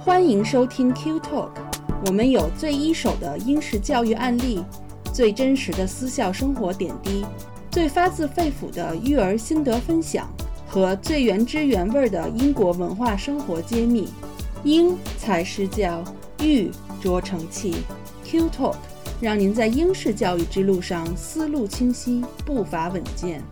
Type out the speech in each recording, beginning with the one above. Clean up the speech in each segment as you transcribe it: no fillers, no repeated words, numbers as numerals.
欢迎收听 Q Talk， 我们有最一手的英式教育案例，最真实的私校生活点滴，最发自肺腑的育儿心得分享和最原汁原味的英国文化生活揭秘。英才施教，育拙成器。Q Talk 让您在英式教育之路上思路清晰，步伐稳健。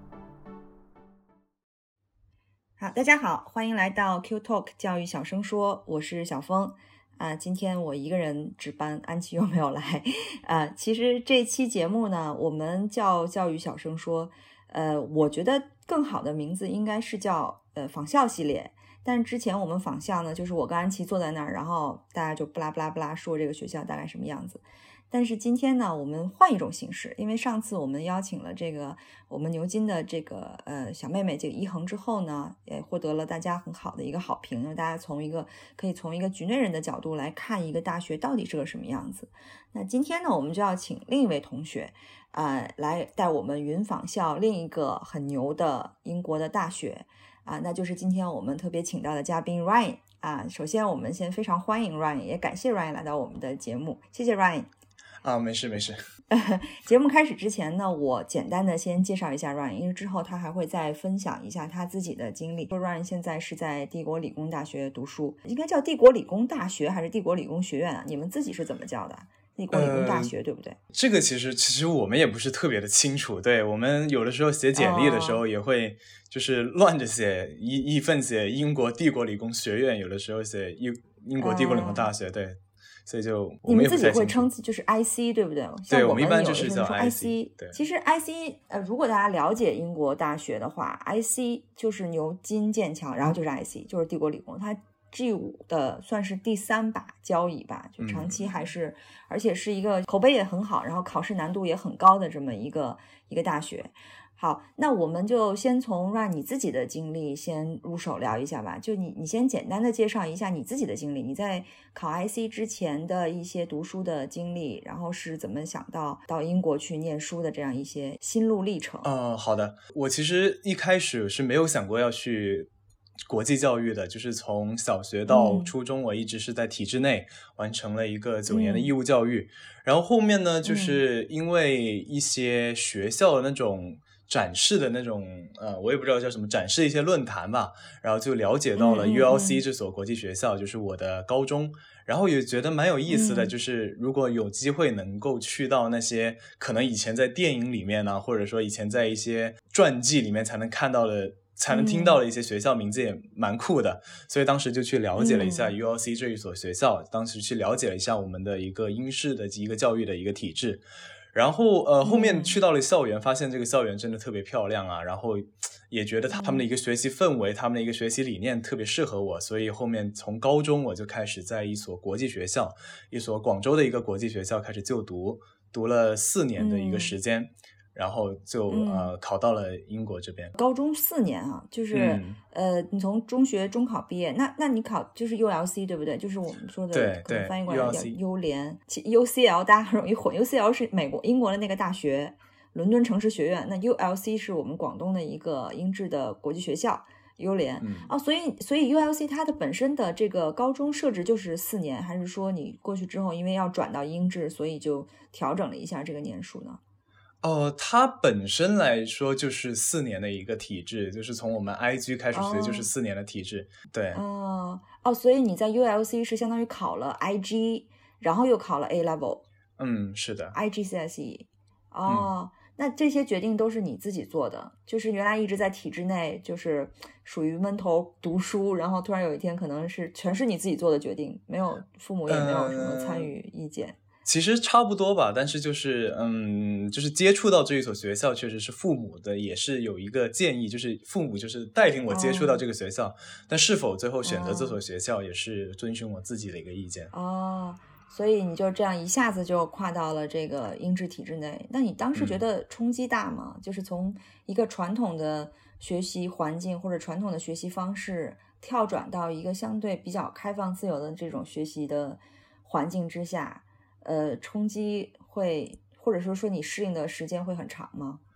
好，大家好，欢迎来到 Q Talk 教育小声说，我是小峰今天我一个人值班，安琪又没有来其实这期节目呢，我们叫教育小声说，我觉得更好的名字应该是叫仿效系列。但之前我们仿效呢，就是我跟安琪坐在那儿，然后大家就不拉不拉不拉说这个学校大概什么样子。但是今天呢，我们换一种形式，因为上次我们邀请了这个我们牛津的这个小妹妹这个一恒之后呢，也获得了大家很好的一个好评，因为大家可以从一个局内人的角度来看一个大学到底是个什么样子。那今天呢，我们就要请另一位同学来带我们云仿效另一个很牛的英国的大学那就是今天我们特别请到的嘉宾 Ryan 首先我们先非常欢迎 Ryan， 也感谢 Ryan 来到我们的节目，谢谢 Ryan。 没事没事。 节目开始之前呢，我简单的先介绍一下 Ryan， 因为之后他还会再分享一下他自己的经历。说 Ryan 现在是在帝国理工大学读书，应该叫帝国理工大学还是帝国理工学院啊？你们自己是怎么叫的？帝国理工大学对不对？ 这个其实我们也不是特别的清楚，对，我们有的时候写简历的时候也会就是乱着写，一份写英国帝国理工学院，有的时候写英国帝国理工大学，对。所以就我们也不太清楚。 你们自己会称就是 IC 对不对？ 对， 我们一般就是叫 IC。对，其实 IC 如果大家了解英国大学的话 ，IC 就是牛津、剑桥，然后就是 IC， 就是帝国理工，它 G5 的算是第3把交椅吧，就长期还是，而且是一个口碑也很好，然后考试难度也很高的这么一个大学。好，那我们就先从让你自己的经历先入手聊一下吧。就你先简单的介绍一下你自己的经历，你在考 IC 之前的一些读书的经历，然后是怎么想到英国去念书的这样一些心路历程。 好的，我其实一开始是没有想过要去国际教育的，就是从小学到初中我一直是在体制内完成了一个9年的义务教育，然后后面呢就是因为一些学校的那种展示的那种我也不知道叫什么，展示一些论坛吧，然后就了解到了 ULC 这所国际学校，就是我的高中，然后也觉得蛮有意思的，就是如果有机会能够去到那些可能以前在电影里面或者说以前在一些传记里面才能看到的才能听到的一些学校名字也蛮酷的，所以当时就去了解了一下 ULC 这一所学校，当时去了解了一下我们的一个英式的一个教育的一个体制，然后后面去到了校园，发现这个校园真的特别漂亮然后也觉得他们的一个学习氛围，他们的一个学习理念特别适合我，所以后面从高中我就开始在一所国际学校，一所广州的一个国际学校开始就读了4年的一个时间，然后就考到了英国这边。 高中4年就是你从中学中考毕业，那你考就是 ULC 对不对？就是我们说的对可能翻译过来叫优联。UCL 大家很容易混， UCL 是英国的那个大学，伦敦城市学院，那 ULC 是我们广东的一个英制的国际学校优联所以 ULC 它的本身的这个高中设置就是4年，还是说你过去之后因为要转到英制，所以就调整了一下这个年数呢？ 它本身来说就是4年的一个体制，就是从我们 IG 开始学就是4年的体制。对。 所以你在 ULC 是相当于考了 IG， 然后又考了 A level。 是的。 IGCSE。那这些决定都是你自己做的，就是原来一直在体制内，就是属于闷头读书，然后突然有一天可能是全是你自己做的决定，没有父母也没有什么参与意见。 其实差不多吧，但是就是就是接触到这一所学校，确实是父母的也是有一个建议，就是父母就是带领我接触到这个学校，但是否最后选择这所学校也是遵循我自己的一个意见。 所以你就这样一下子就跨到了这个英制体制内，那你当时觉得冲击大吗？就是从一个传统的学习环境或者传统的学习方式跳转到一个相对比较开放自由的这种学习的环境之下，冲击会或者说你适应的时间会很长吗？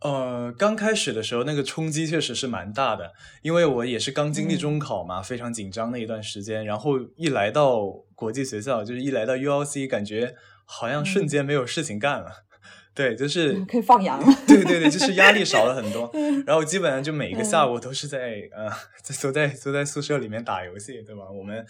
刚开始的时候那个冲击确实是蛮大的，因为我也是刚经历中考嘛，非常紧张的一段时间，然后一来到国际学校，就是一来到 ULC， 感觉好像瞬間没有事情干了。对，就是可以放羊了。 对对对，就是压力少了很多。然后基本上就每一个下午都是在坐在宿舍里面打游戏，对吧？我们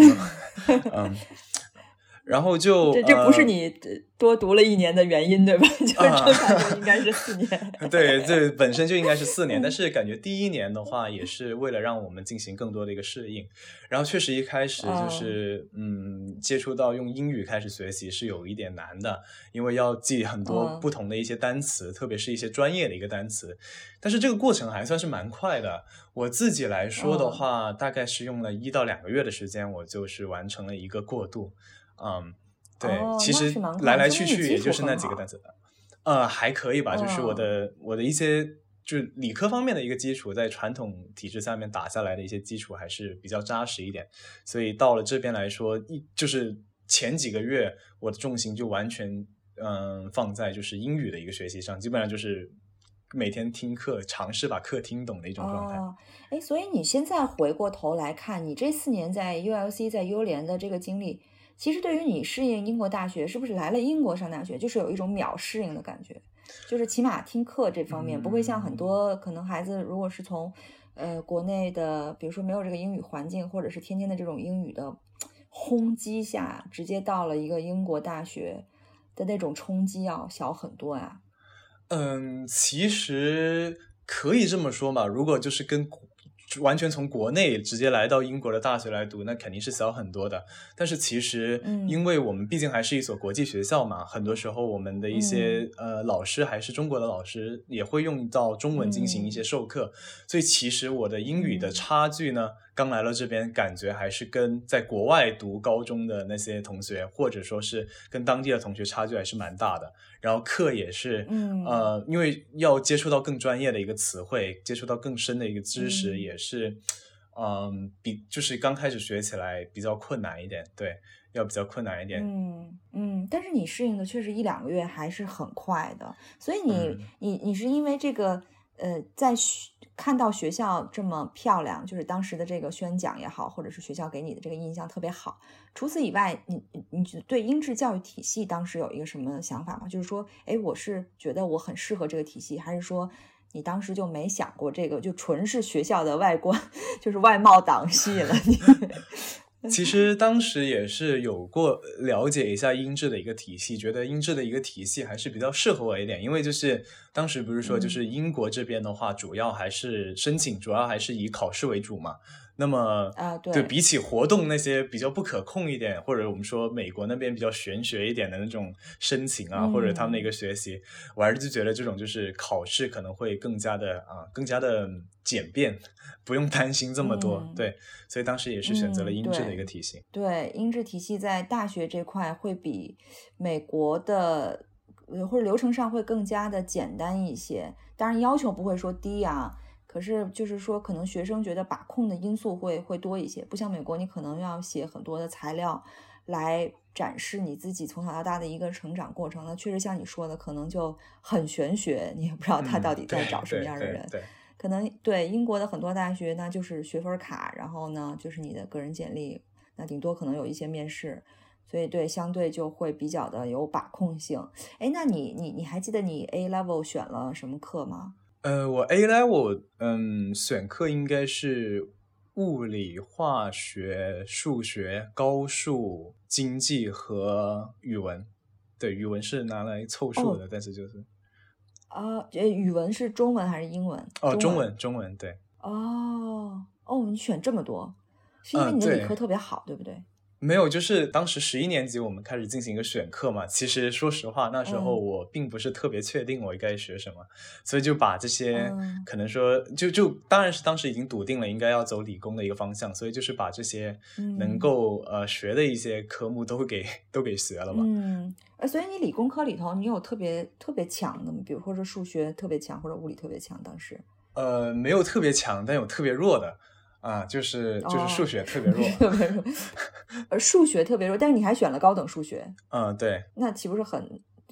然后就这不是你多读了1年的原因，对吧？就是正常就应该是4年。 对，这本身就应该是4年，但是感觉第1年的话，也是为了让我们进行更多的一个适应。然后确实一开始就是接触到用英语开始学习是有一点难的，因为要记很多不同的一些单词，特别是一些专业的一个单词。但是这个过程还算是蛮快的。我自己来说的话，大概是用了1到2个月的时间，我就是完成了一个过渡。对，其实来来去去也就是那几个单词，还可以吧，就是我的一些就是理科方面的一个基础，在传统体制下面打下来的一些基础还是比较扎实一点，所以到了这边来说，就是前几个月我的重心就完全放在就是英语的一个学习上，基本上就是每天听课，尝试把课听懂的一种状态。 所以你现在回过头来看，你这4年在 ULC 在优联的这个经历，其实对于你适应英国大学，是不是来了英国上大学就是有一种秒适应的感觉，就是起码听课这方面不会像很多可能孩子如果是从国内的比如说没有这个英语环境，或者是天天的这种英语的轰击下，直接到了一个英国大学的那种冲击要小很多呀。 其实可以这么说嘛，如果就是完全从国内直接来到英国的大学来读，那肯定是小很多的。但是其实因为我们毕竟还是一所国际学校嘛，很多时候我们的一些老师还是中国的老师，也会用到中文进行一些授课，所以其实我的英语的差距呢，刚来到这边感觉还是跟在国外读高中的那些同学，或者说是跟当地的同学差距还是蛮大的。然后课也是因为要接触到更专业的一个词汇，接触到更深的一个知识，也是就是刚开始学起来比较困难一点，对，要比较困难一点。 但是你适应的确实1、2个月还是很快的，所以你是因为这个在看到学校这么漂亮，就是当时的这个宣讲也好，或者是学校给你的这个印象特别好。除此以外，你对英制教育体系当时有一个什么想法吗？就是说，我是觉得我很适合这个体系，还是说你当时就没想过这个，就纯是学校的外观，就是外貌党吸引了你？ 其实当时也是有过了解一下英制的一个体系，觉得英制的一个体系还是比较适合我一点，因为就是当时不是说就是英国这边的话，主要还是申请，主要还是以考试为主嘛。那么对，比起活动那些比较不可控一点，或者我们说美国那边比较玄学一点的那种申请啊，或者他们的一个学习，我还是就觉得这种就是考试可能会更加的简便，不用担心这么多。对，所以当时也是选择了英制的一个体系。 对，英制体系在大学这块会比美国的或者流程上会更加的简单一些，当然要求不会说低啊，可是就是说可能学生觉得把控的因素会多一些，不像美国你可能要写很多的材料来展示你自己从小到大的一个成长过程，那确实像你说的可能就很玄学，你也不知道他到底在找什么样的人。 对， 可能对英国的很多大学那就是学分卡，然后呢就是你的个人简历，那顶多可能有一些面试，所以对相对就会比较的有把控性。那你还记得你 A level 选了什么课吗？ 我 A level 选课应该是物理、化学、数学、高数、经济和语文。对，语文是拿来凑数的，但是就是语文是中文还是英文？ 中文对。 你选这么多，是因为你的理科特别好，对不对？ 没有，就是当时11年级我们开始进行一个选课嘛，其实说实话那时候我并不是特别确定我应该学什么，所以就把这些可能说就当然是当时已经笃定了应该要走理工的一个方向，所以就是把这些能够学的一些科目都给学了嘛。 所以你理工科里头你有特别强的吗？比如说是数学特别强或者物理特别强？当时没有特别强，但有特别弱的就是数学特别弱。 特别弱。数学特别弱，但是你还选了高等数学。 对。 那岂不是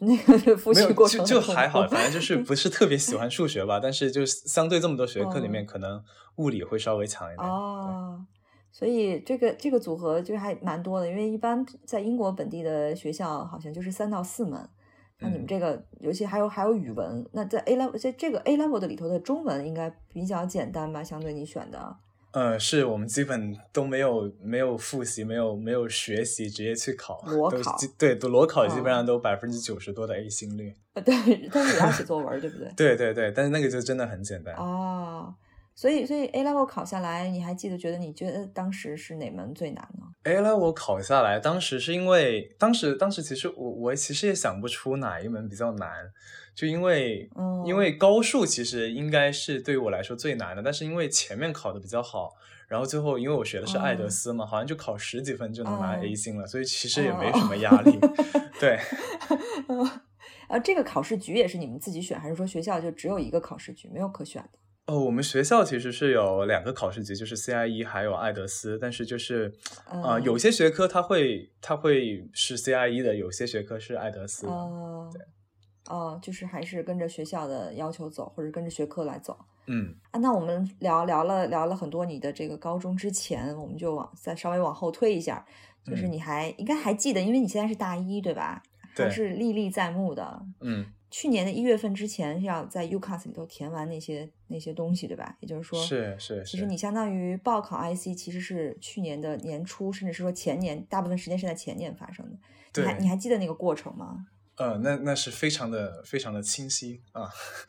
那个复习过程就还好，反正就是不是特别喜欢数学吧，但是就相对这么多学科里面，可能物理会稍微强一点。 哦，所以这个组合就还蛮多的，因为一般在英国本地的学校好像就是3到4门。那你们这个，尤其还有语文，那在 A level 在这个 A level 的里头的中文应该比较简单吧？相对你选的。 是我们基本都没有复习，没有学习，直接去考裸考。 对，裸考基本上都90%多的 A 星率。 对，但是也要写作文，对不对？ 对，但是那个就真的很简单。 哦，所以 A level 考下来，你还你觉得当时是哪门最难呢？ A level 考下来，当时是因为当时其实我其实也想不出哪一门比较难，就因为高数其实应该是对于我来说最难的，但是因为前面考的比较好，然后最后因为我学的是爱德斯嘛，好像就考10几分就能拿 A 星了，所以其实也没什么压力。对。 这个考试局也是你们自己选，还是说学校就只有一个考试局，没有可选的？ 我们学校其实是有2个考试局，就是 CIE 还有爱德斯，但是就是有些学科它会是 CIE 的，有些学科是爱德斯的。对。 就是还是跟着学校的要求走，或者跟着学科来走。 那我们聊了很多你的这个高中之前，我们就再稍微往后推一下，就是你应该还记得，因为你现在是大1对吧？ 对， 还是历历在目的。去年的1月份之前要在 UCAS 里头填完那些东西对吧？也就是说是其实你相当于报考 IC 其实是去年的年初，甚至是说前年，大部分时间是在前年发生的。 对， 你还记得那个过程吗？ 那是非常的清晰啊。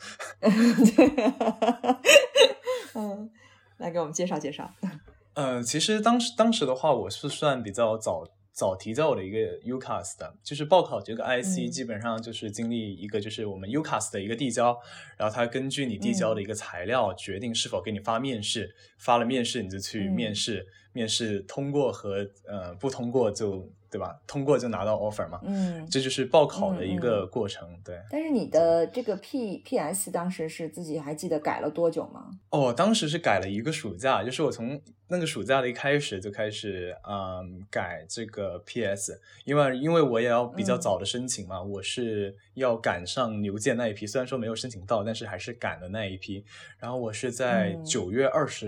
来给我们介绍。 其实当时的话，我是算比较早提交我的一个 UCAS 的，就是报考这个 IC 基本上就是经历一个就是我们 UCAS 的一个递交，然后他根据你递交的一个材料决定是否给你发面试，发了面试你就去面试，面试通过和不通过就对吧？通过就拿到 offer 嘛。这就是报考的一个过程。对。但是你的这个 PS 当时是自己还记得改了多久吗？ 当时是改了1个暑假，就是我从那个暑假的一开始就开始改这个 PS， 因为我也要比较早的申请嘛，我是要赶上牛剑那一批，虽然说没有申请到，但是还是赶的那一批。然后我是在9月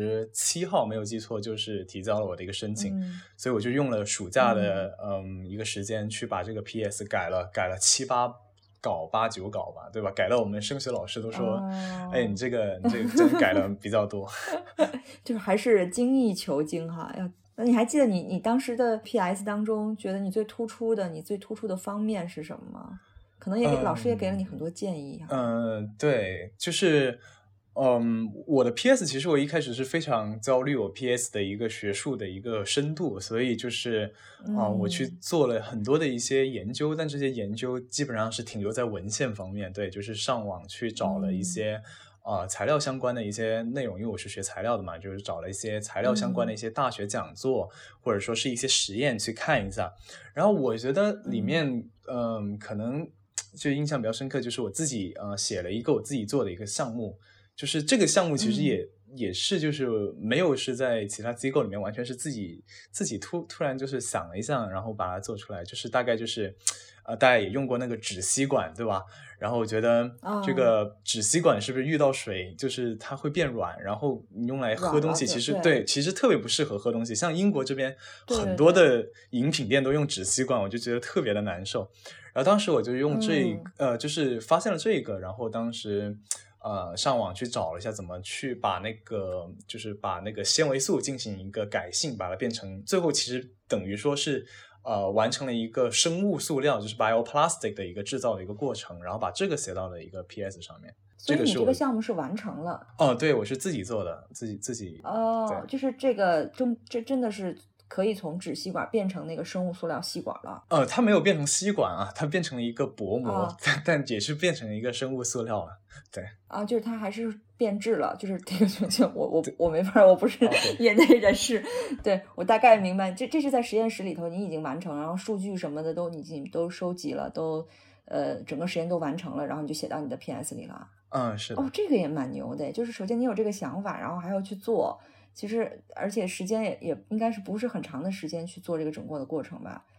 27号没有记错，就是提交了我的一个申请，所以我就用了暑假的一个时间去把这个 PS 改了7、8稿8、9稿吧，对吧？改到我们升学老师都说你这个真改的比较多。 就是还是精益求精哈。那你还记得你当时的 PS 当中觉得你最突出的方面是什么吗？可能老师也给了你很多建议。 对，就是我的 PS 其实我一开始是非常焦虑我 PS 的一个学术的一个深度，所以就是我去做了很多的一些研究，但这些研究基本上是停留在文献方面。对，就是上网去找了一些材料相关的一些内容，因为我是学材料的嘛，就是找了一些材料相关的一些大学讲座，或者说是一些实验去看一下。然后我觉得里面可能就印象比较深刻，就是我自己写了一个我自己做的一个项目。就是这个项目其实也是就是没有是在其他机构里面，完全是自己突然就是想了一下，然后把它做出来。就是大概就是大家也用过那个纸吸管对吧？然后我觉得这个纸吸管是不是遇到水就是它会变软，然后你用来喝东西其实其实特别不适合喝东西。像英国这边很多的饮品店都用纸吸管，我就觉得特别的难受。然后当时我就用就是发现了这个，然后当时上网去找了一下怎么去把那个纤维素进行一个改性，把它变成最后其实等于说是完成了一个生物塑料，就是 bioplastic 的一个制造的一个过程，然后把这个写到了一个 PS 上面。 所以你这个项目是完成了？ 对，我是自己做的，自己就是这个这真的是可以从纸吸管变成那个生物塑料吸管了。 它没有变成吸管啊，它变成了一个薄膜，但也是变成了一个生物塑料了。对就是它还是变质了，就是这个就我没法，我不是业内人士，对，我大概明白。这是在实验室里头你已经完成，然后数据什么的都已经都收集了，都整个实验都完成了，然后你就写到你的 PS 里了。 是的。 这个也蛮牛的，就是首先你有这个想法，然后还要去做。其实而且时间也应该是不是很长的时间去做这个整个的过程吧。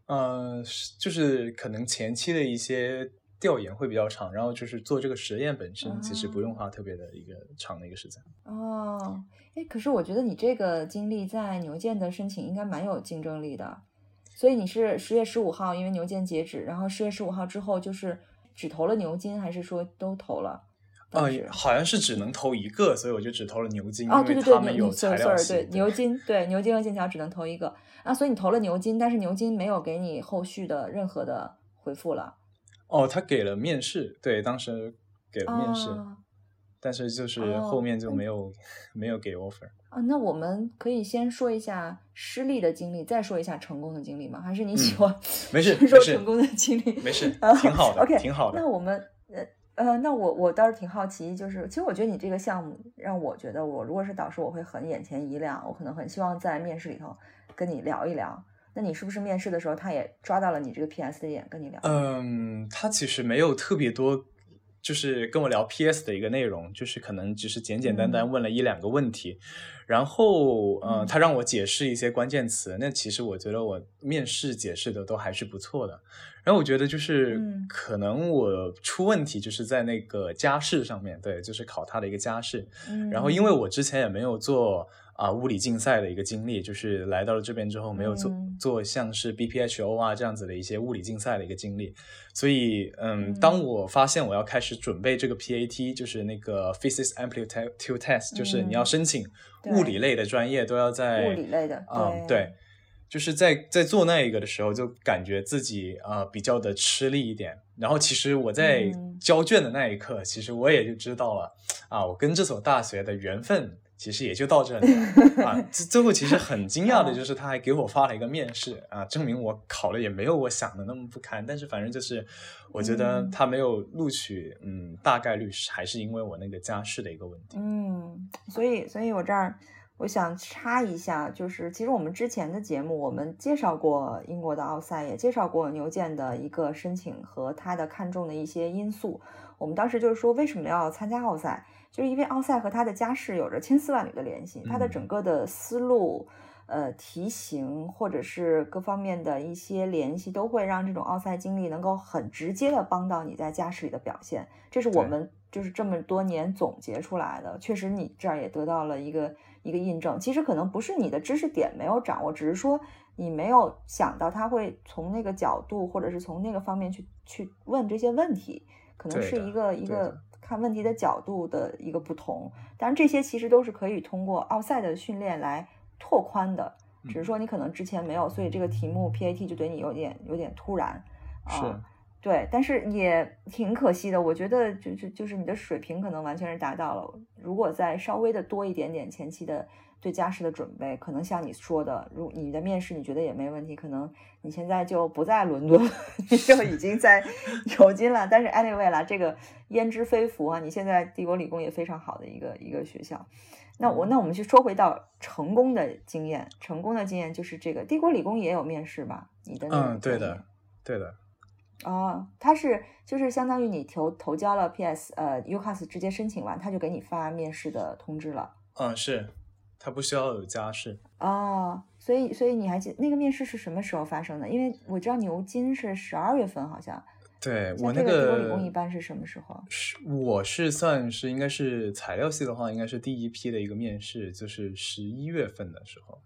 就是可能前期的一些调研会比较长，然后就是做这个实验本身其实不用花特别的一个长的一个时间。 哦，可是我觉得你这个经历在牛剑的申请应该蛮有竞争力的，所以你是10月15号因为牛剑截止，然后10月15号之后就是只投了牛津，还是说都投了？ 好像是只能投一个，所以我就只投了牛津， 对对对， 因为他们有材料系。 对牛津，对牛津和剑桥只能投一个啊，所以你投了牛津，但是牛津没有给你后续的任何的回复了。 他给了面试，对，当时给了面试，但是就是后面就没有给 offer。 那我们可以先说一下失利的经历，再说一下成功的经历吗？还是你喜欢没事说成功的经历？ 没事，挺好的。 OK， 挺好的。 那我们那我倒是挺好奇，就是其实我觉得你这个项目让我觉得，我如果是导师，我会很眼前一亮，我可能很希望在面试里头跟你聊一聊。那你是不是面试的时候他也抓到了你这个 PS 的点跟你聊？ 他其实没有特别多就是跟我聊 PS 的一个内容，就是可能只是简简单单问了1-2个问题，然后他让我解释一些关键词，那其实我觉得我面试解释的都还是不错的。然后我觉得就是可能我出问题就是在那个家试上面，对，就是考他的一个家试。然后因为我之前也没有做物理竞赛的一个经历，就是来到了这边之后没有做像是 BPHO 这样子的一些物理竞赛的一个经历，所以当我发现我要开始准备这个 PAT， 就是那个 Physics Aptitude Test， 就是你要申请物理类的专业都要在物理类的， 对，就是在做那一个的时候就感觉自己比较的吃力一点。然后其实我在交卷的那一刻，其实我也就知道了我跟这所大学的缘分其实也就到这里了最后其实很惊讶的就是他还给我发了一个面试证明我考的也没有我想的那么不堪，但是反正就是我觉得他没有录取大概率还是因为我那个家世的一个问题。 所以我这儿我想插一下，就是其实我们之前的节目我们介绍过英国的奥赛，也介绍过牛剑的一个申请和他的看重的一些因素。我们当时就是说为什么要参加奥赛，就是因为奥赛和他的家世有着千丝万缕的联系，他的整个的思路题型或者是各方面的一些联系都会让这种奥赛经历能够很直接的帮到你在家世里的表现，这是我们就是这么多年总结出来的。确实你这儿也得到了一个印证，其实可能不是你的知识点没有掌握，只是说你没有想到他会从那个角度或者是从那个方面去问这些问题，可能是一个看问题的角度的一个不同。当然这些其实都是可以通过奥赛的训练来拓宽的，只是说你可能之前没有，所以这个题目 PAT 就对你有点突然是对，但是也挺可惜的，我觉得就是你的水平可能完全是达到了，如果再稍微的多一点点前期的对家试的准备，可能像你说的，如你的面试你觉得也没问题，可能你现在就不在伦敦你就已经在牛津了。但是 anyway 啦，这个焉知非福你现在帝国理工也非常好的一个学校。那我们去说回到成功的经验就是这个帝国理工也有面试吧？你的那个对的他是就是相当于你投交了 UCAS 直接申请完，他就给你发面试的通知了。 是，他不需要有家试所以你还记得那个面试是什么时候发生的？因为我知道牛津是12月份好像。 对，我那个帝国理工一般是什么时候？ 我是算是应该是材料系的话，应该是第一批的一个面试，就是11月份的时候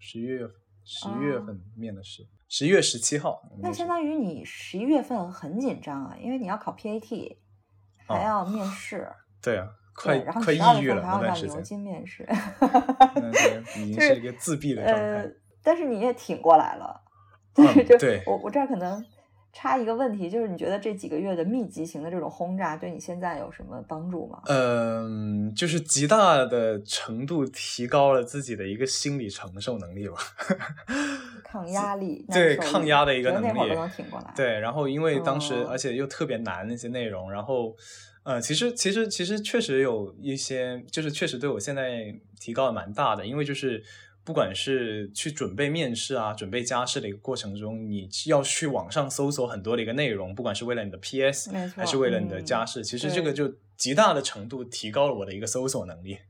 ，11月份面的试，11月17号。 那相当于你11月份很紧张因为你要考 PAT， 还要面试。 对快抑郁了， 还要到牛津面试， 已经是一个自闭的状态。 但是你也挺过来了。 对， 我这儿可能插一个问题，就是你觉得这几个月的密集型的这种轰炸对你现在有什么帮助吗？ 就是极大的程度提高了自己的一个心理承受能力吧。 抗压力， 对，抗压的一个能力， 那会儿都能挺过来。 对，然后因为当时而且又特别难那些内容，然后其实确实有一些，就是确实对我现在提高的蛮大的，因为就是不管是去准备面试准备家试的一个过程中，你要去网上搜索很多的一个内容，不管是为了你的 PS 还是为了你的家试，其实这个就极大的程度提高了我的一个搜索能力。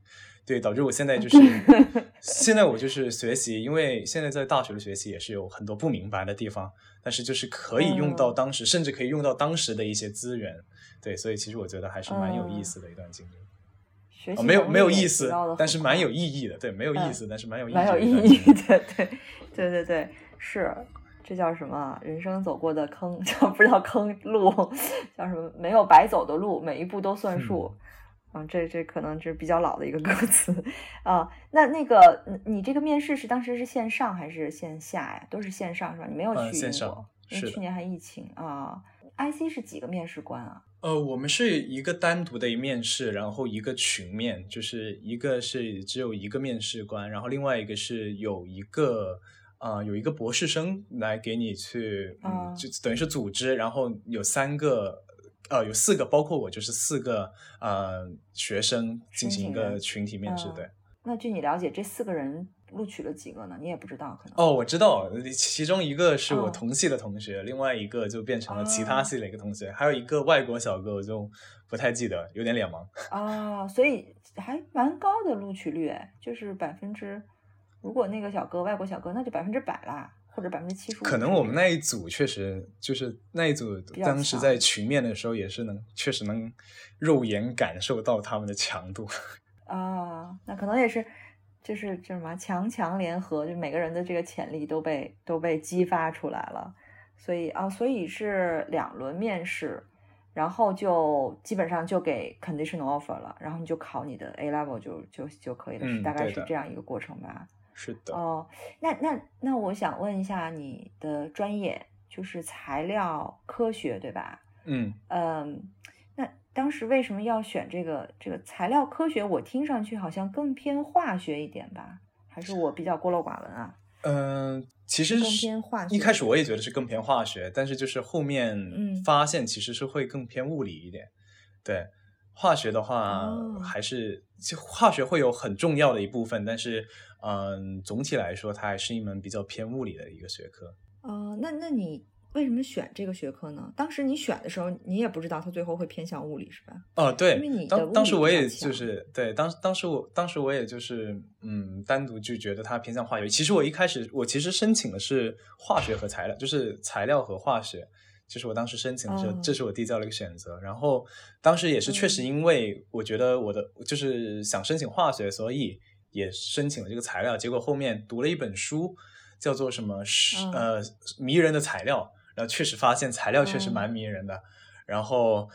对，导致我现在就是现在我就是学习，因为现在在大学的学习也是有很多不明白的地方，但是就是可以用到当时，甚至可以用到当时的一些资源。对，所以其实我觉得还是蛮有意思的一段经历。没有意思，但是蛮有意义的。对，没有意思，但是蛮有意义的。 蛮有意义的，对，是，这叫什么？人生走过的坑，不是叫坑路，叫什么？没有白走的路，每一步都算数。这可能是比较老的一个歌词啊。那个你这个面试是当时是线上还是线下呀？都是线上是吧？你没有去线上， 因为去年还疫情啊。IC 是几个面试官啊？ 我们是一个单独的面试，然后一个群面，就是一个是只有一个面试官，然后另外一个是有一个博士生来给你去，就等于是组织，然后有4个，包括我就是4个学生进行一个群体面试。对。 那据你了解，这4个人录取了几个呢？你也不知道，可能。 我知道，其中一个是我同系的同学，另外一个就变成了其他系的一个同学，还有一个外国小哥，我就不太记得，有点脸盲。 所以还蛮高的录取率，就是如果那个外国小哥，那就100%啦，或者75%。 可能我们那一组确实就是那一组，当时在群面的时候也是确实能肉眼感受到他们的强度。 那可能也是，就是这什么强联合，就每个人的这个潜力都被激发出来了，所以是2轮面试，然后就基本上就给 conditional offer 了，然后你就考你的 A level 就可以了，大概是这样一个过程吧。 是的。 那我想问一下你的专业就是材料科学对吧？那当时为什么要选这个材料科学？我听上去好像更偏化学一点吧？还是我比较孤陋寡闻啊？ 其实更偏化学。 一开始我也觉得是更偏化学，但是就是后面发现其实是会更偏物理一点。对，化学的话还是就化学会有很重要的一部分，但是总体来说它还是一门比较偏物理的一个学科。 那你为什么选这个学科呢？当时你选的时候，你也不知道它最后会偏向物理，是吧？ 对， 因为你的物理当时我也就是对，当时我也就是单独就觉得它偏向化学。其实我一开始其实申请的是化学和材料，就是材料和化学，就是我当时申请的时候，这是我递交了一个选择。然后当时也是确实因为我觉得我的就是想申请化学，所以也申请了这个材料。结果后面读了一本书，叫做什么迷人的材料。然后确实发现材料确实蛮迷人的，然后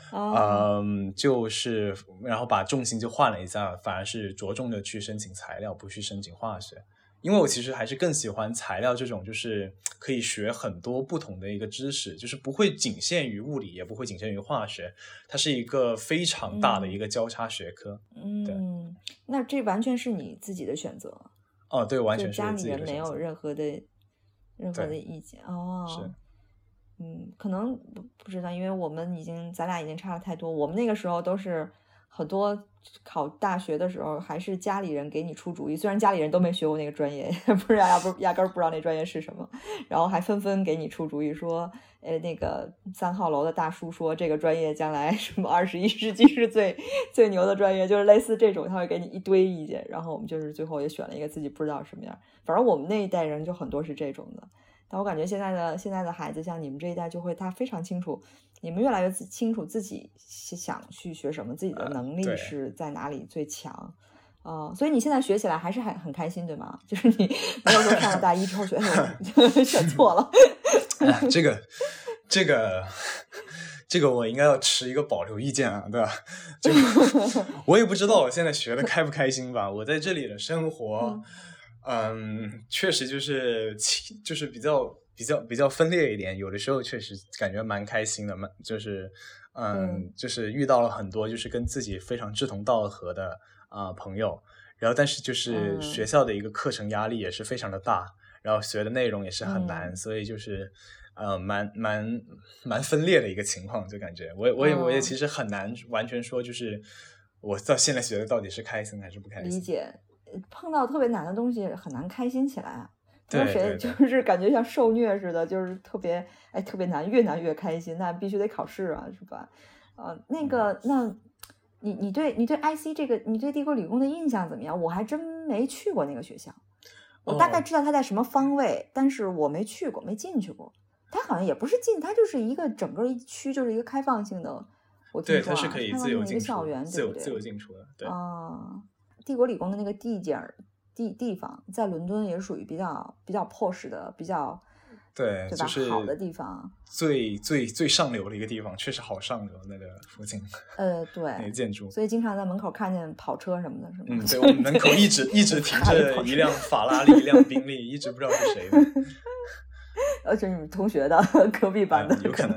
然后把重心就换了一下，反而是着重的去申请材料，不去申请化学。因为我其实还是更喜欢材料这种，就是可以学很多不同的一个知识，就是不会仅限于物理，也不会仅限于化学，它是一个非常大的一个交叉学科。对， 那这完全是你自己的选择。 对，完全是自己的选择。 家里人没有任何的意见。 是。 可能不知道，因为咱俩已经差了太多。我们那个时候都是很多考大学的时候，还是家里人给你出主意。虽然家里人都没学过那个专业，压根儿不知道那专业是什么，然后还纷纷给你出主意说，那个3号楼的大叔说这个专业将来什么21世纪是最牛的专业，就是类似这种，他会给你一堆意见。然后我们就是最后也选了一个自己不知道什么样，反正我们那一代人就很多是这种的。但我感觉现在的孩子，像你们这一代，他非常清楚，你们越来越清楚自己想去学什么，自己的能力是在哪里最强。所以你现在学起来还是很开心，对吗？就是你没有说上了大一之后选错了。 这个我应该要持一个保留意见啊，对吧？就我也不知道我现在学的开不开心吧。我在这里的生活。确实就是比较分裂一点，有的时候确实感觉蛮开心的，就是遇到了很多就是跟自己非常志同道合的朋友，然后但是就是学校的一个课程压力也是非常的大，然后学的内容也是很难，所以就是蛮分裂的一个情况，就感觉我也其实很难完全说就是我到现在学的到底是开心还是不开心。 理解。碰到特别难的东西很难开心起来， 对， 就是感觉像受虐似的，就是特别难，越难越开心，那必须得考试啊，是吧？那你对 IC 这个，你对帝国理工的印象怎么样？我还真没去过那个学校，我大概知道它在什么方位，但是我没去过，没进去过。它好像也不是进，它就是一个整个一区，就是一个开放性的。我听说对，它是可以自由进出， 校园，对不对？ 自由进出的。对帝国理工的那个地方，在伦敦也属于比较 posh 的，比较对吧？ 就是好的地方， 最上流的一个地方，确实好上流那个附近。 对， 那个建筑， 所以经常在门口看见跑车什么的，是吗？ 对，我们门口一直停着一辆法拉利，一辆宾利，一直不知道是谁的。 是你们同学的隔壁班的， 有可能。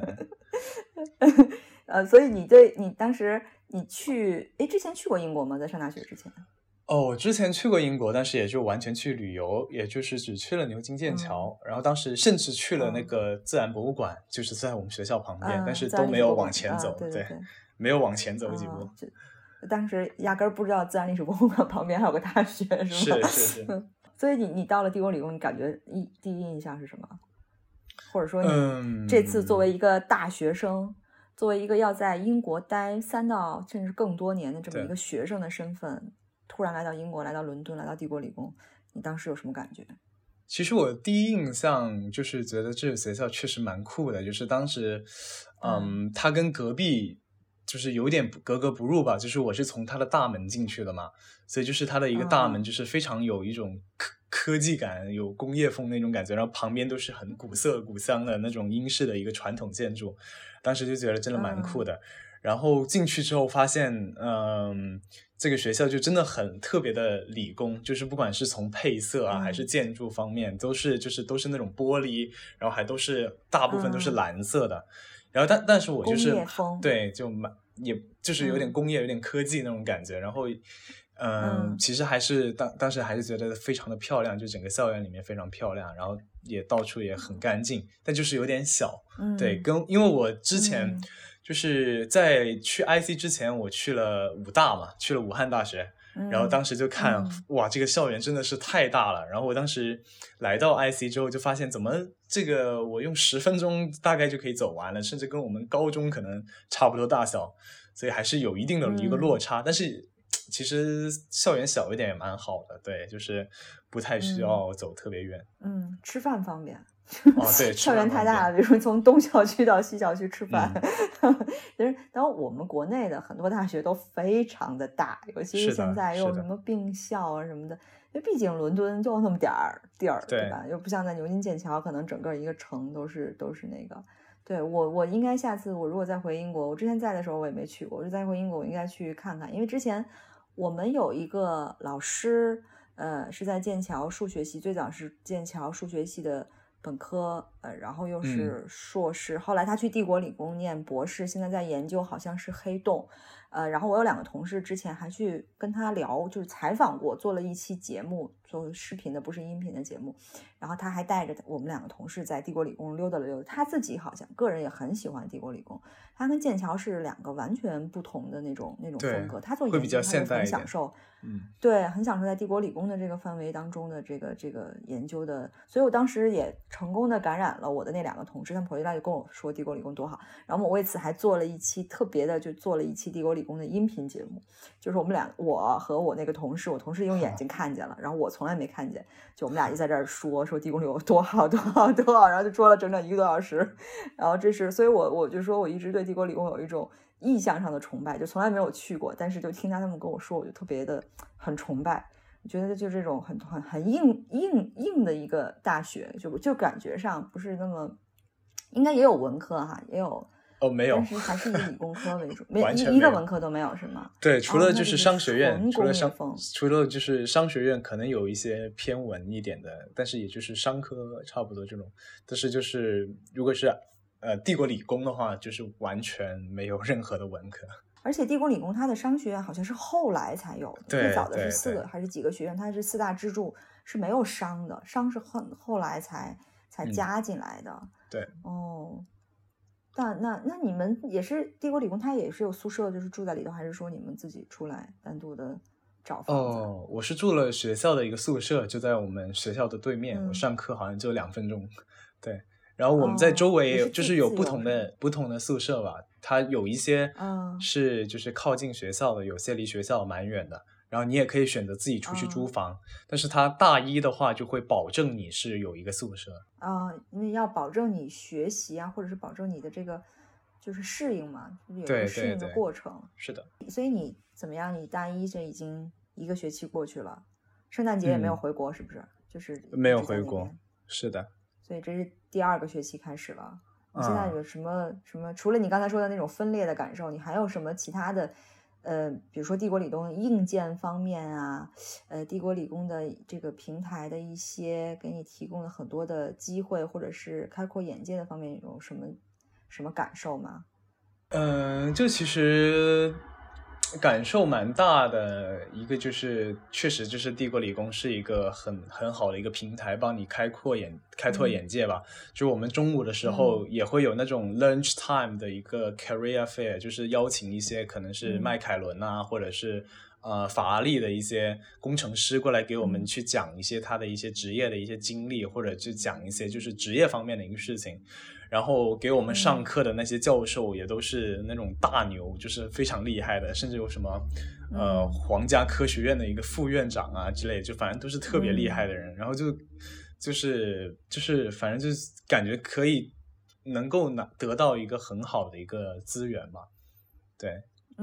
所以你当时你之前去过英国吗？在上大学之前？ 之前去过英国，但是也就完全去旅游，也就是只去了牛津、剑桥，然后当时甚至去了那个自然博物馆，就是在我们学校旁边，但是都没有往前走， 对， 没有往前走几步。 当时压根儿不知道自然历史博物馆旁边还有个大学，是吗？ 是。 所以你到了帝国理工，你感觉第一印象是什么？或者说你这次作为一个大学生，作为一个要在英国待3到甚至更多年的这么一个学生的身份，突然来到英国，来到伦敦，来到帝国理工，你当时有什么感觉？ 其实我第一印象就是觉得这个学校确实蛮酷的，就是当时它跟隔壁就是有点格格不入吧，就是我是从它的大门进去的嘛，所以就是它的一个大门就是非常有一种科技感，有工业风那种感觉，然后旁边都是很古色古香的那种英式的一个传统建筑，当时就觉得真的蛮酷的。然后进去之后发现这个学校就真的很特别的理工，就是不管是从配色啊还是建筑方面都是那种玻璃，然后还都是大部分都是蓝色的。然后但是我就是工业风， 对，也就是有点工业有点科技那种感觉。然后其实还是当时还是觉得非常的漂亮，就整个校园里面非常漂亮，然后也到处也很干净，但就是有点小。对，因为我之前就是在去 IC 之前我去了武大嘛，去了武汉大学，然后当时就看哇这个校园真的是太大了，然后我当时来到 IC 之后就发现怎么这个我用10分钟大概就可以走完了，甚至跟我们高中可能差不多大小，所以还是有一定的一个落差，但是其实校园小一点也蛮好的，对，就是不太需要走特别远。 吃饭方便。 对， 校园太大了，比如从东校区到西校区吃饭。然后我们国内的很多大学都非常的大，尤其是现在又什么并校啊什么的，因为毕竟伦敦就那么点儿地儿，对吧？又不像在牛津、剑桥，可能整个一个城都是那个。对，我应该下次我如果再回英国，我之前在的时候我也没去过，我再回英国我应该去看看，因为之前我们有一个老师，是在剑桥数学系，最早是剑桥数学系的本科，然后又是硕士，后来他去帝国理工念博士，现在在研究好像是黑洞，然后我有2个同事之前还去跟他聊，就是采访过，做了一期节目，做视频的不是音频的节目，然后他还带着我们2个同事在帝国理工溜达了溜达，他自己好像个人也很喜欢帝国理工，他跟剑桥是2个完全不同的那种风格，他做研究他就很享受，对，很享受在帝国理工的这个范围当中的这个研究的，所以我当时也成功的感染了我的那2个同事，他们回来就跟我说帝国理工多好，然后我为此还做了一期特别的，就做了一期帝国理工的音频节目，就是我和我那个同事，我同事用眼睛看见了，然后我从来没看见，就我们俩就在这儿说帝国理工多好多好多好，然后就说了整整1个多小时，然后所以我就说我一直对帝国理工有一种意向上的崇拜，就从来没有去过，但是就听他们跟我说，我就特别的很崇拜，我觉得就这种很硬的一个大学，就感觉上不是那么，应该也有文科哈，也有没有， 但是还是以理工科为主， 完全一个文科都没有是吗？ 对，除了就是商学院，除了就是商学院可能有一些偏文一点的，但是也就是商科差不多这种，但是就是如果是帝国理工的话，就是完全没有任何的文科。 而且帝国理工它的商学院好像是后来才有的，最早的是4个还是几个学院，它是4大支柱，是没有商的，商是后来才加进来的。 对， 那你们也是帝国理工，它也是有宿舍，就是住在里头，还是说你们自己出来单独的找房子？ 我是住了学校的一个宿舍，就在我们学校的对面，我上课好像就2分钟。对， 然后我们在周围也是就是有不自由同的宿舍吧，它有一些嗯是就是靠近学校的，有些离学校蛮远的。然后你也可以选择自己出去租房，但是它大一的话就会保证你是有一个宿舍。 因为要保证你学习啊，或者是保证你的这个就是适应嘛，就是有一个适应的过程。 是的。 所以你怎么样？你大一这已经1个学期过去了，圣诞节也没有回国，是不是？就是没有回国，是的。 所以这是第2个学期开始了。你现在有什么除了你刚才说的那种分裂的感受，你还有什么其他的？比如说帝国理工硬件方面啊，帝国理工的这个平台的一些给你提供了很多的机会，或者是开阔眼界的方面，有什么感受吗？ 就其实感受蛮大的，一个就是确实就是帝国理工是一个很好的一个平台，帮你开拓眼界吧。就我们中午的时候也会有那种 lunch time 的一个 career fair，就是邀请一些可能是迈凯伦啊，或者是法拉利的一些工程师过来给我们去讲一些他的一些职业的一些经历，或者去讲一些就是职业方面的一个事情。然后给我们上课的那些教授也都是那种大牛，就是非常厉害的，甚至有什么皇家科学院的一个副院长啊之类的，就反正都是特别厉害的人。然后就是反正就是感觉可以能够得到一个很好的一个资源吧。对，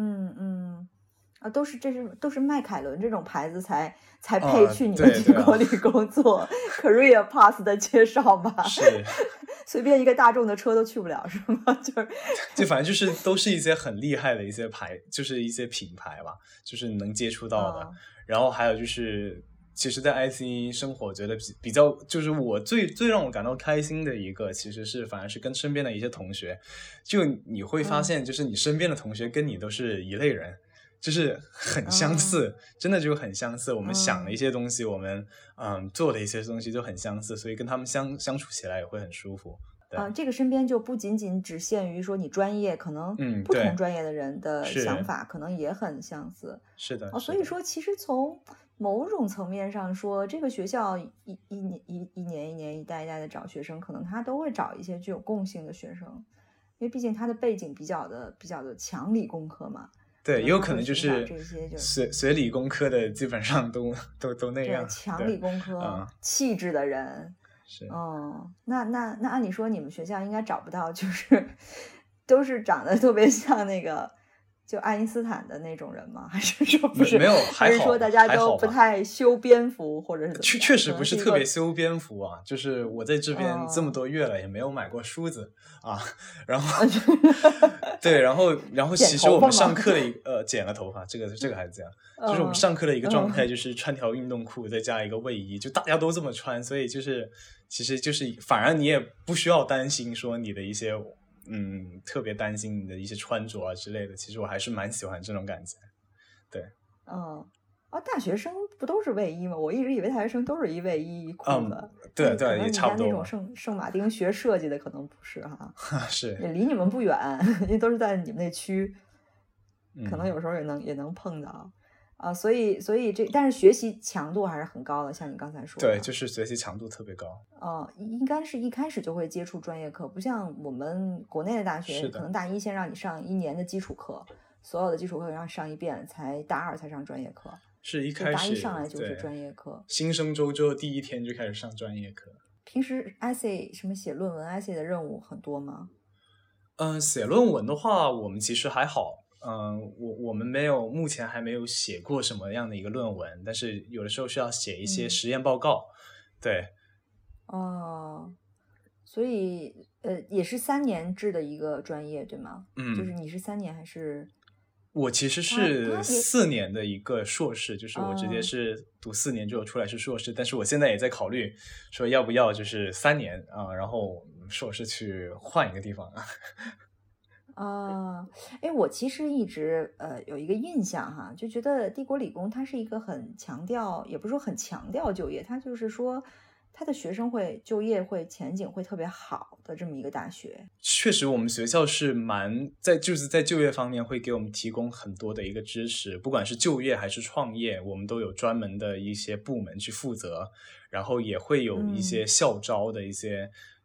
都是迈凯伦这种牌子才配去你们帝国理工做career path 的介绍吧？ 是。 随便一个大众的车都去不了是吗？ 就反正就是都是一些很厉害的一些就是一些品牌吧，就是能接触到的。然后还有就是其实在 IC 生活觉得比较就是我最让我感到开心的一个，其实是反而是跟身边的一些同学，就你会发现就是你身边的同学跟你都是一类人，就是很相似，真的就很相似。我们想的一些东西，我们做的一些东西就很相似，所以跟他们相处起来也会很舒服。 这个身边就不仅仅只限于说你专业，可能不同专业的人的想法可能也很相似。 是的。 所以说其实从某种层面上说，这个学校一年一代的找学生，可能他都会找一些具有共性的学生，因为毕竟他的背景比较的强理工科嘛。 对，也有可能就是这些学理工科的基本上都那样， 强理工科气质的人。 是。 那按理说你们学校应该找不到就是都是长得特别像那个就爱因斯坦的那种人吗？还是说不是？ 没有， 还是说大家都不太修边幅，或者是怎么样？ 确实不是特别修边幅啊。就是我在这边这么多月了，也没有买过梳子啊。然后对，然后其实我们上课的剪了头发，这个还是这样。就是我们上课的一个状态，就是穿条运动裤，再加一个卫衣，就大家都这么穿，所以就是其实就是反而你也不需要担心说你的一些特别担心你的一些穿着啊之类的。其实我还是蛮喜欢这种感觉。对。 大学生不都是卫衣吗？我一直以为大学生都是一卫衣一裤子。 对，也差不多。 那种圣马丁学设计的可能不是哈。 是。 也离你们不远，因为都是在你们那区，可能有时候也能碰到。所以但是学习强度还是很高的，像你刚才说的。 对，就是学习强度特别高。 应该是一开始就会接触专业课，不像我们国内的大学，可能大一先让你上1年的基础课，所有的基础课让你上一遍，才大2才上专业课。 是一开始大一上来就是专业课， 新生周之后第1天就开始上专业课。 平时 essay 什么写论文 essay 的任务很多吗？ 写论文的话，我们其实还好。我们目前还没有写过什么样的一个论文，但是有的时候需要写一些实验报告。对。 所以也是3年制的一个专业对吗？就是你是3年还是？ 我其实是4年的一个硕士，就是我直接是读4年之后出来是硕士，但是我现在也在考虑说要不要就是3年然后硕士去换一个地方。 我其实一直有一个印象哈，就觉得帝国理工它是一个很强调，也不是说很强调就业，它就是说他的学生会就业会前景会特别好的这么一个大学。 确实我们学校是在就业方面会给我们提供很多的一个支持，不管是就业还是创业，我们都有专门的一些部门去负责，然后也会有一些校招的一些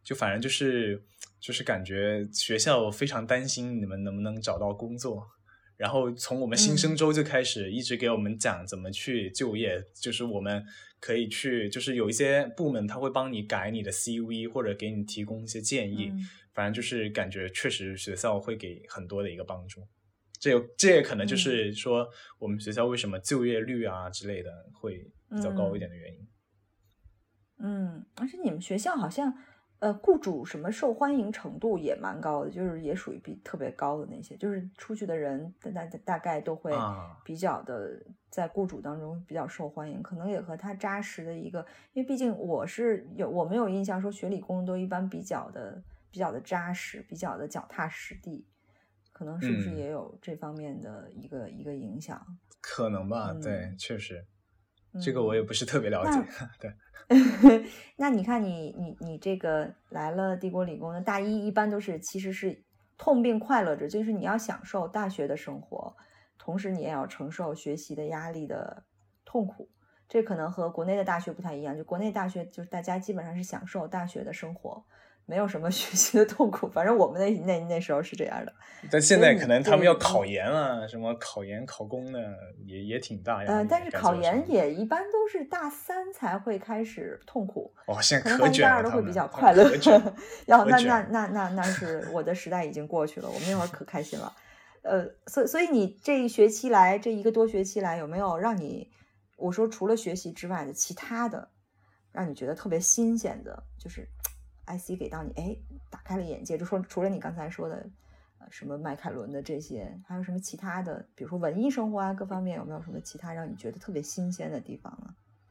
就反正就是感觉学校非常担心你们能不能找到工作，然后从我们新生周就开始一直给我们讲怎么去就业，就是我们可以去，就是有一些部门他会帮你改你的 CV 或者给你提供一些建议，反正就是感觉确实学校会给很多的一个帮助。这也可能就是说我们学校为什么就业率啊之类的会比较高一点的原因。 而且你们学校好像雇主什么受欢迎程度也蛮高的，就是也属于特别高的那些，就是出去的人大概都会比较的在雇主当中比较受欢迎，可能也和他扎实的一个，因为毕竟我没有印象说学理工都一般比较的扎实，比较的脚踏实地，可能是不是也有这方面的一个影响？ 可能吧，对，确实。这个我也不是特别了解，对。 那你看你这个来了帝国理工的大一，一般都是其实是痛并快乐着，就是你要享受大学的生活，同时你也要承受学习的压力的痛苦。这可能和国内的大学不太一样，就国内大学就是大家基本上是享受大学的生活，没有什么学习的痛苦，反正我们那时候是这样的。 但现在可能他们要考研啊，什么考研考公的也挺大压力。 但是考研也一般都是大三才会开始痛苦。 现在可卷了， 大二都会比较快乐。那是我的时代已经过去了，我们那会儿可开心了。所以你这一学期来，这一个多学期来，有没有让你，我说除了学习之外的其他的，让你觉得特别新鲜的，就是IC 给到你，打开了眼界？就说除了你刚才说的，什么迈凯伦的这些，还有什么其他的，比如说文艺生活啊，各方面有没有什么其他让你觉得特别新鲜的地方呢？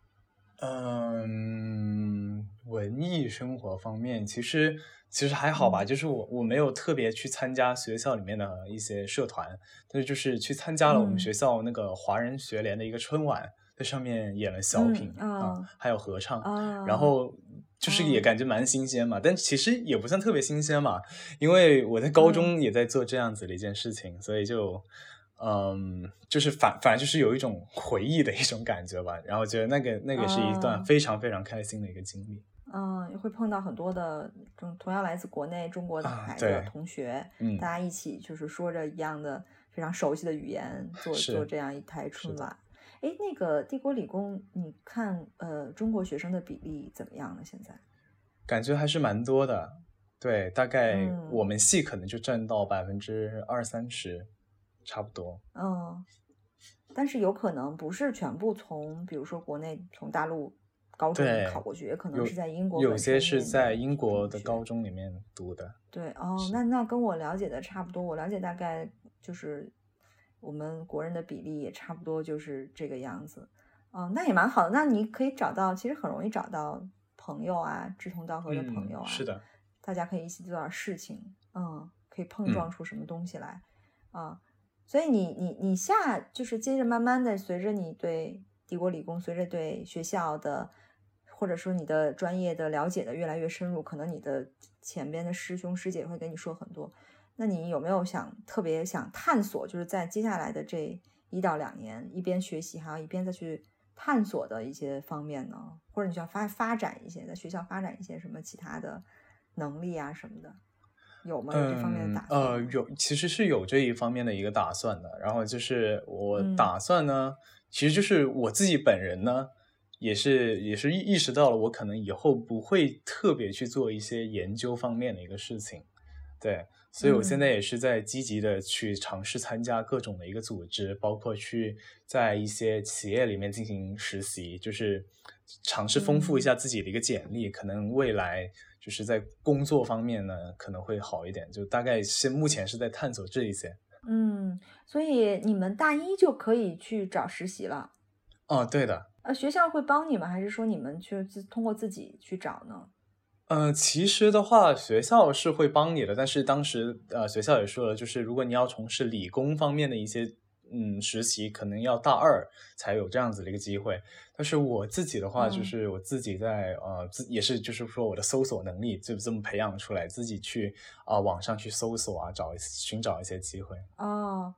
文艺生活方面其实还好吧，就是我没有特别去参加学校里面的一些社团，但是就是去参加了我们学校那个华人学联的一个春晚，在上面演了小品还有合唱，然后就是也感觉蛮新鲜嘛，但其实也不算特别新鲜嘛，因为我在高中也在做这样子的一件事情，所以就就是反正就是有一种回忆的一种感觉吧，然后觉得那个是一段非常非常开心的一个经历。 也会碰到很多的同样来自国内中国的孩子同学，大家一起就是说着一样的非常熟悉的语言，做这样一台春晚。那个帝国理工，你看中国学生的比例怎么样呢？现在感觉还是蛮多的，对，大概我们系可能就占到20-30%差不多。 但是有可能不是全部从比如说国内从大陆高中考过去，也可能是在英国有些是在英国的高中里面读的。 对那跟我了解的差不多，我了解大概就是我们国人的比例也差不多就是这个样子。那也蛮好的，那你可以找到，其实很容易找到朋友啊，志同道合的朋友啊， 是的， 大家可以一起做点事情，可以碰撞出什么东西来所以你就是接着慢慢的，随着你对帝国理工，随着对学校的或者说你的专业的了解的越来越深入，可能你的前边的师兄师姐会跟你说很多。那你有没有特别想探索，就是在接下来的这1到2年，一边学习还要一边再去探索的一些方面呢？或者你需要发展一些，在学校发展一些什么其他的能力啊什么的，有吗？有这方面的打算？ 其实是有这一方面的一个打算的。然后就是我打算呢，其实就是我自己本人呢，也是意识到了，我可能以后不会特别去做一些研究方面的一个事情。对，所以我现在也是在积极的去尝试参加各种的一个组织，包括去在一些企业里面进行实习，就是尝试丰富一下自己的一个简历，可能未来就是在工作方面呢可能会好一点，就大概目前是在探索这一些。 所以你们大一就可以去找实习了？ 对的。 学校会帮你们，还是说你们去通过自己去找呢？ 其实的话，学校是会帮你的，但是当时学校也说了，就是如果你要从事理工方面的一些实习，可能要大2才有这样子的一个机会。但是我自己的话，就是我自己在也是就是说我的搜索能力就这么培养出来，自己去网上去搜索啊，寻找一些机会。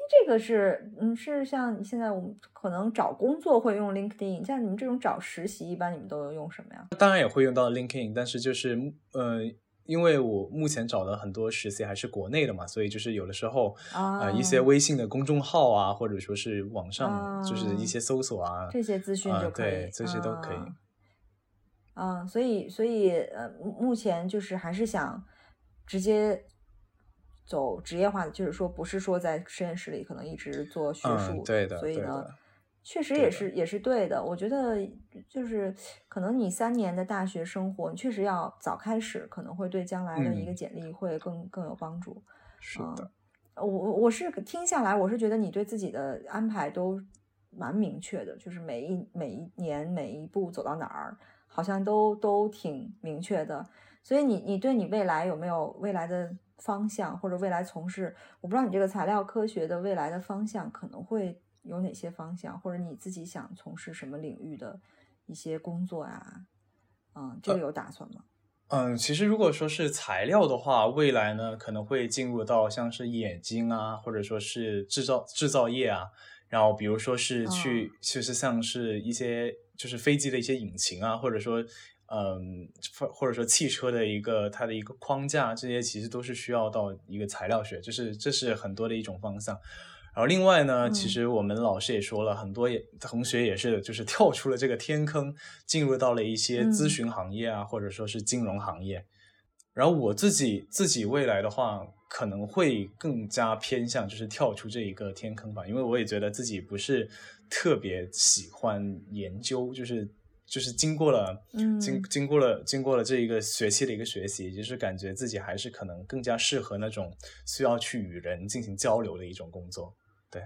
这个是像现在我们可能找工作会用 LinkedIn， 像你们这种找实习，一般你们都用什么呀？ 当然也会用到 LinkedIn， 但是就是因为我目前找的很多实习还是国内的嘛，所以就是有的时候一些微信的公众号啊，或者说是网上就是一些搜索啊， 这些资讯就可以， 对，这些都可以。 所以目前就是还是想直接走职业化的，就是说不是说在实验室里可能一直做学术， 对的， 所以呢，确实也是对的。我觉得就是可能你3年的大学生活，你确实要早开始，可能会对将来的一个简历会更有帮助。 是的， 我是听下来，我是觉得你对自己的安排都蛮明确的，就是每一年每一步走到哪儿，好像都挺明确的。所以你对你未来有没有未来的方向，或者未来从事，我不知道你这个材料科学的未来的方向可能会有哪些方向，或者你自己想从事什么领域的一些工作呀？这个有打算吗？ 其实如果说是材料的话，未来呢可能会进入到像是眼睛啊，或者说是制造业啊，然后比如说是就是像是一些就是飞机的一些引擎啊，或者说汽车的它的一个框架，这些其实都是需要到一个材料学，这是很多的一种方向。然后另外呢，其实我们老师也说了，很多同学也是就是跳出了这个天坑，进入到了一些咨询行业啊，或者说是金融行业。然后我自己未来的话，可能会更加偏向就是跳出这一个天坑吧，因为我也觉得自己不是特别喜欢研究，就是经过了这一个学期的一个学习，就是感觉自己还是可能更加适合那种需要去与人进行交流的一种工作。对，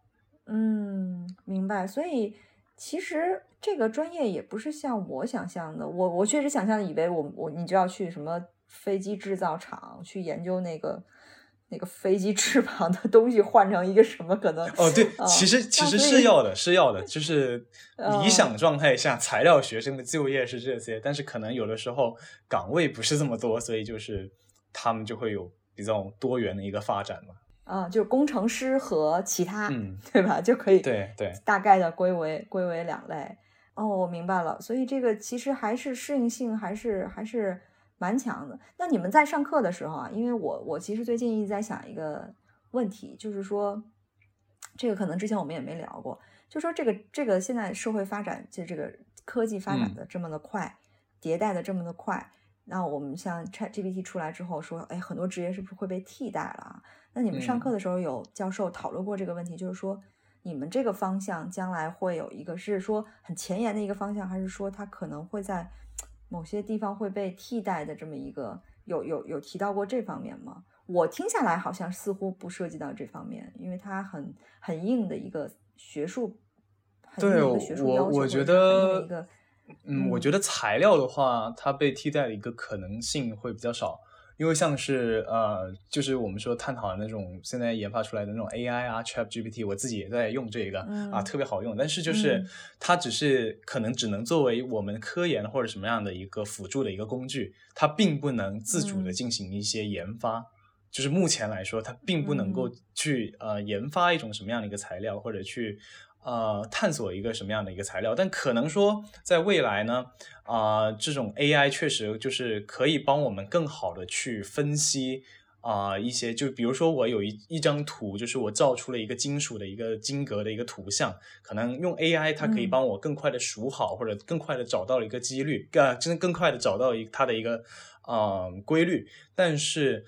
明白。所以其实这个专业也不是像我想象的，我确实想象以为你就要去什么飞机制造厂去研究那个飞机翅膀的东西换成一个什么可能对，其实是要的，就是理想状态下材料学生的就业是这些，但是可能有的时候岗位不是这么多，所以就是他们就会有比较多元的一个发展嘛。 就是工程师和其他，对吧？就可以对大概的归为2类。我明白了。所以这个其实还是适应性还是蛮强的。那你们在上课的时候啊，因为我其实最近一直在想一个问题，就是说这个可能之前我们也没聊过，就说这个现在社会发展，就这个科技发展的这么的快，迭代的这么的快，那我们像 ChatGPT 出来之后说，很多职业是不是会被替代了啊？那你们上课的时候有教授讨论过这个问题，就是说你们这个方向将来会有一个是说很前沿的一个方向，还是说它可能会在某些地方会被替代的这么一个有提到过这方面吗？我听下来好像似乎不涉及到这方面，因为它很硬的一个学术，很硬的一个学术要求， 我觉得我觉得材料的话，它被替代的一个可能性会比较少。因为像是就是我们说探讨的那种现在研发出来的那种 AI 啊 ChatGPT， 我自己也在用这个特别好用，但是就是它可能只能作为我们科研或者什么样的一个辅助的一个工具，它并不能自主的进行一些研发。就是目前来说，它并不能够去研发一种什么样的一个材料，或者去探索一个什么样的一个材料，但可能说在未来呢，这种 AI 确实就是可以帮我们更好的去分析一些，就比如说我有一张图，就是我造出了一个金属的一个晶格的一个图像，可能用 AI 它可以帮我更快的数好，或者更快的找到一个几率，真的更快的找到它的一个规律，但是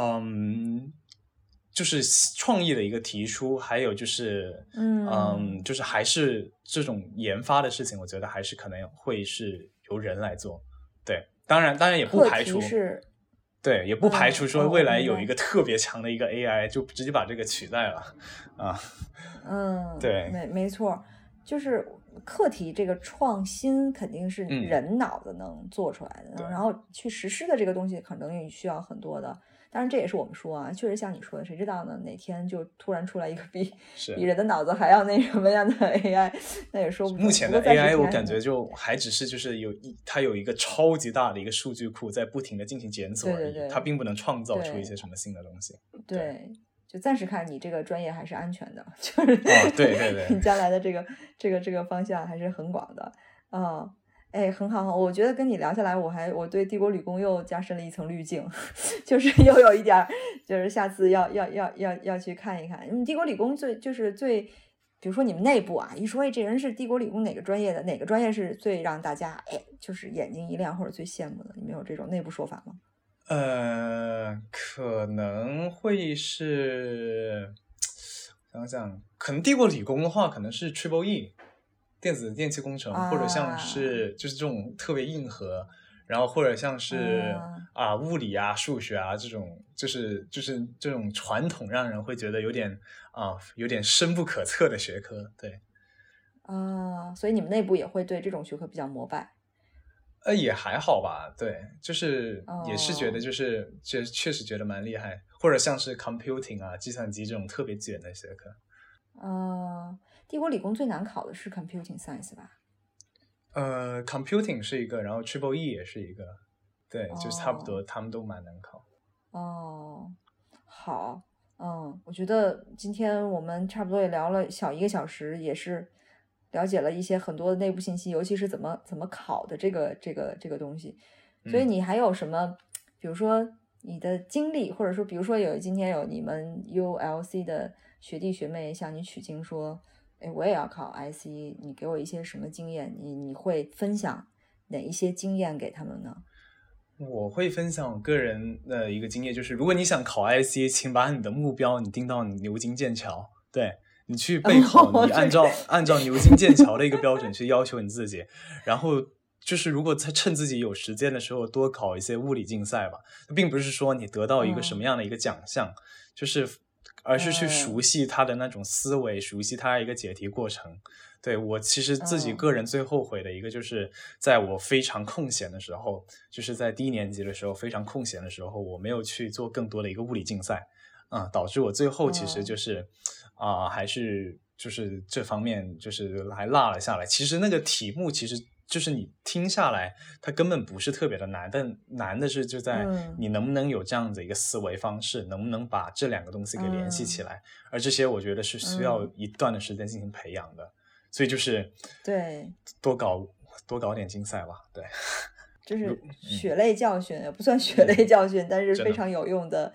就是创意的一个提出，还有就是就是还是这种研发的事情，我觉得还是可能会是由人来做。对，当然也不排除对，也不排除说未来有一个特别强的一个 AI 就直接把这个取代了对， 没错，就是课题这个创新肯定是人脑子能做出来的，然后去实施的这个东西可能也需要很多的。当然这也是我们说啊，确实像你说的，谁知道呢？哪天就突然出来一个比人的脑子还要那什么样的 AI， 那也说不准。 目前的 AI 我感觉就还只是就是它有一个超级大的一个数据库在不停的进行检索而已，它并不能创造出一些什么新的东西。 就暂时看你这个专业还是安全的，就是对你将来的这个方向还是很广的。很好，我觉得跟你聊下来，我对帝国理工又加深了一层滤镜，就是又有一点，就是下次要去看一看。帝国理工最，比如说你们内部啊，一说这人是帝国理工哪个专业的，哪个专业是最让大家就是眼睛一亮或者最羡慕的，你们有这种内部说法吗？ 可能会是，想想，可能帝国理工的话，可能是 Triple E。电子电气工程，或者像是就是这种特别硬核，然后或者像是物理啊、数学啊这种，就是这种传统让人会觉得有点深不可测的学科，对。 所以你们内部也会对这种学科比较膜拜？ 也还好吧，对，就是也是觉得就是确实觉得蛮厉害，或者像是 computing 啊、计算机这种特别卷的学科。 帝国理工最难考的是 computing science 吧 ？computing 是一个，然后 Triple E 也是一个，对，就是差不多，他们都蛮难考。 好，我觉得今天我们差不多也聊了1个小时，也是了解了一些很多的内部信息，尤其是怎么考的这个东西。所以你还有什么，比如说你的经历，或者说比如说今天有你们 ULC 的学弟学妹向你取经说，我也要考 IC， 你给我一些什么经验？你会分享哪一些经验给他们呢？ 我会分享我个人的一个经验，就是如果你想考 IC， 请把你的目标你定到牛津剑桥，对，你去备考，你按照牛津剑桥的一个标准去要求你自己，然后就是如果趁自己有时间的时候多考一些物理竞赛吧，并不是说你得到一个什么样的一个奖项，而是去熟悉他的那种思维，熟悉他一个解题过程。对，我其实自己个人最后悔的一个，就是在我非常空闲的时候，就是在低年级的时候非常空闲的时候，我没有去做更多的一个物理竞赛，导致我最后其实就是还是就是这方面就是还落了下来。其实那个题目其实就是你听下来它根本不是特别的难，但难的是就在你能不能有这样的一个思维方式，能不能把这两个东西给联系起来，而这些我觉得是需要一段的时间进行培养的，所以就是对多搞点竞赛吧，对， 这是血泪教训，也不算血泪教训，但是非常有用的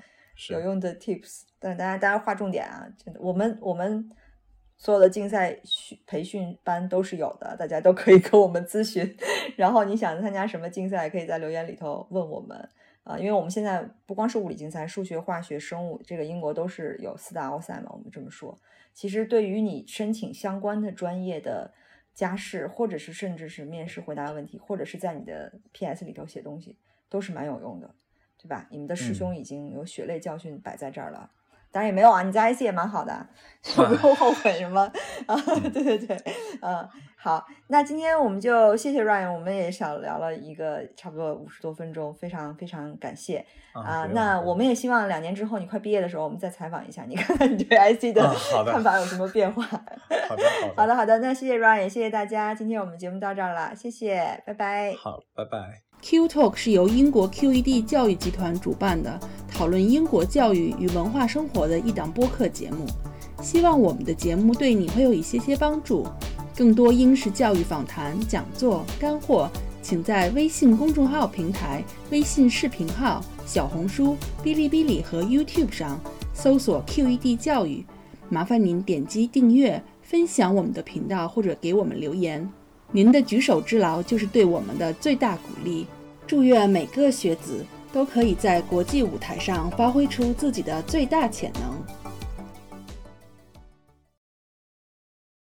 tips。但大家划重点啊，真的，我们所有的竞赛培训班都是有的，大家都可以跟我们咨询。然后你想参加什么竞赛，可以在留言里头问我们因为我们现在不光是物理竞赛，数学、化学、生物，这个英国都是有4大奥赛嘛，我们这么说。其实对于你申请相关的专业的加试，或者是甚至是面试回答问题，或者是在你的 PS 里头写东西，都是蛮有用的，对吧？你们的师兄已经有血泪教训摆在这儿了。当然也没有啊，你在 IC 也蛮好的，就不用后悔什么对，好，那今天我们就谢谢 Ryan， 我们也少聊了一个差不多50多分钟，非常非常感谢那我们也希望2年之后你快毕业的时候，我们再采访一下，你看看你对 IC 的看法有什么变化。好的，那谢谢 Ryan， 也谢谢大家，今天我们节目到这儿了，谢谢，拜拜。 好，拜拜。 Q Talk 是由英国 QED 教育集团主办的，讨论英国教育与文化生活的一档播客节目。希望我们的节目对你会有一些帮助。更多英式教育访谈、讲座、干货，请在微信公众号平台、微信视频号、小红书、哔哩哔哩和 YouTube 上搜索 QED 教育。麻烦您点击订阅、分享我们的频道或者给我们留言。您的举手之劳就是对我们的最大鼓励。祝愿每个学子都可以在国际舞台上发挥出自己的最大潜能。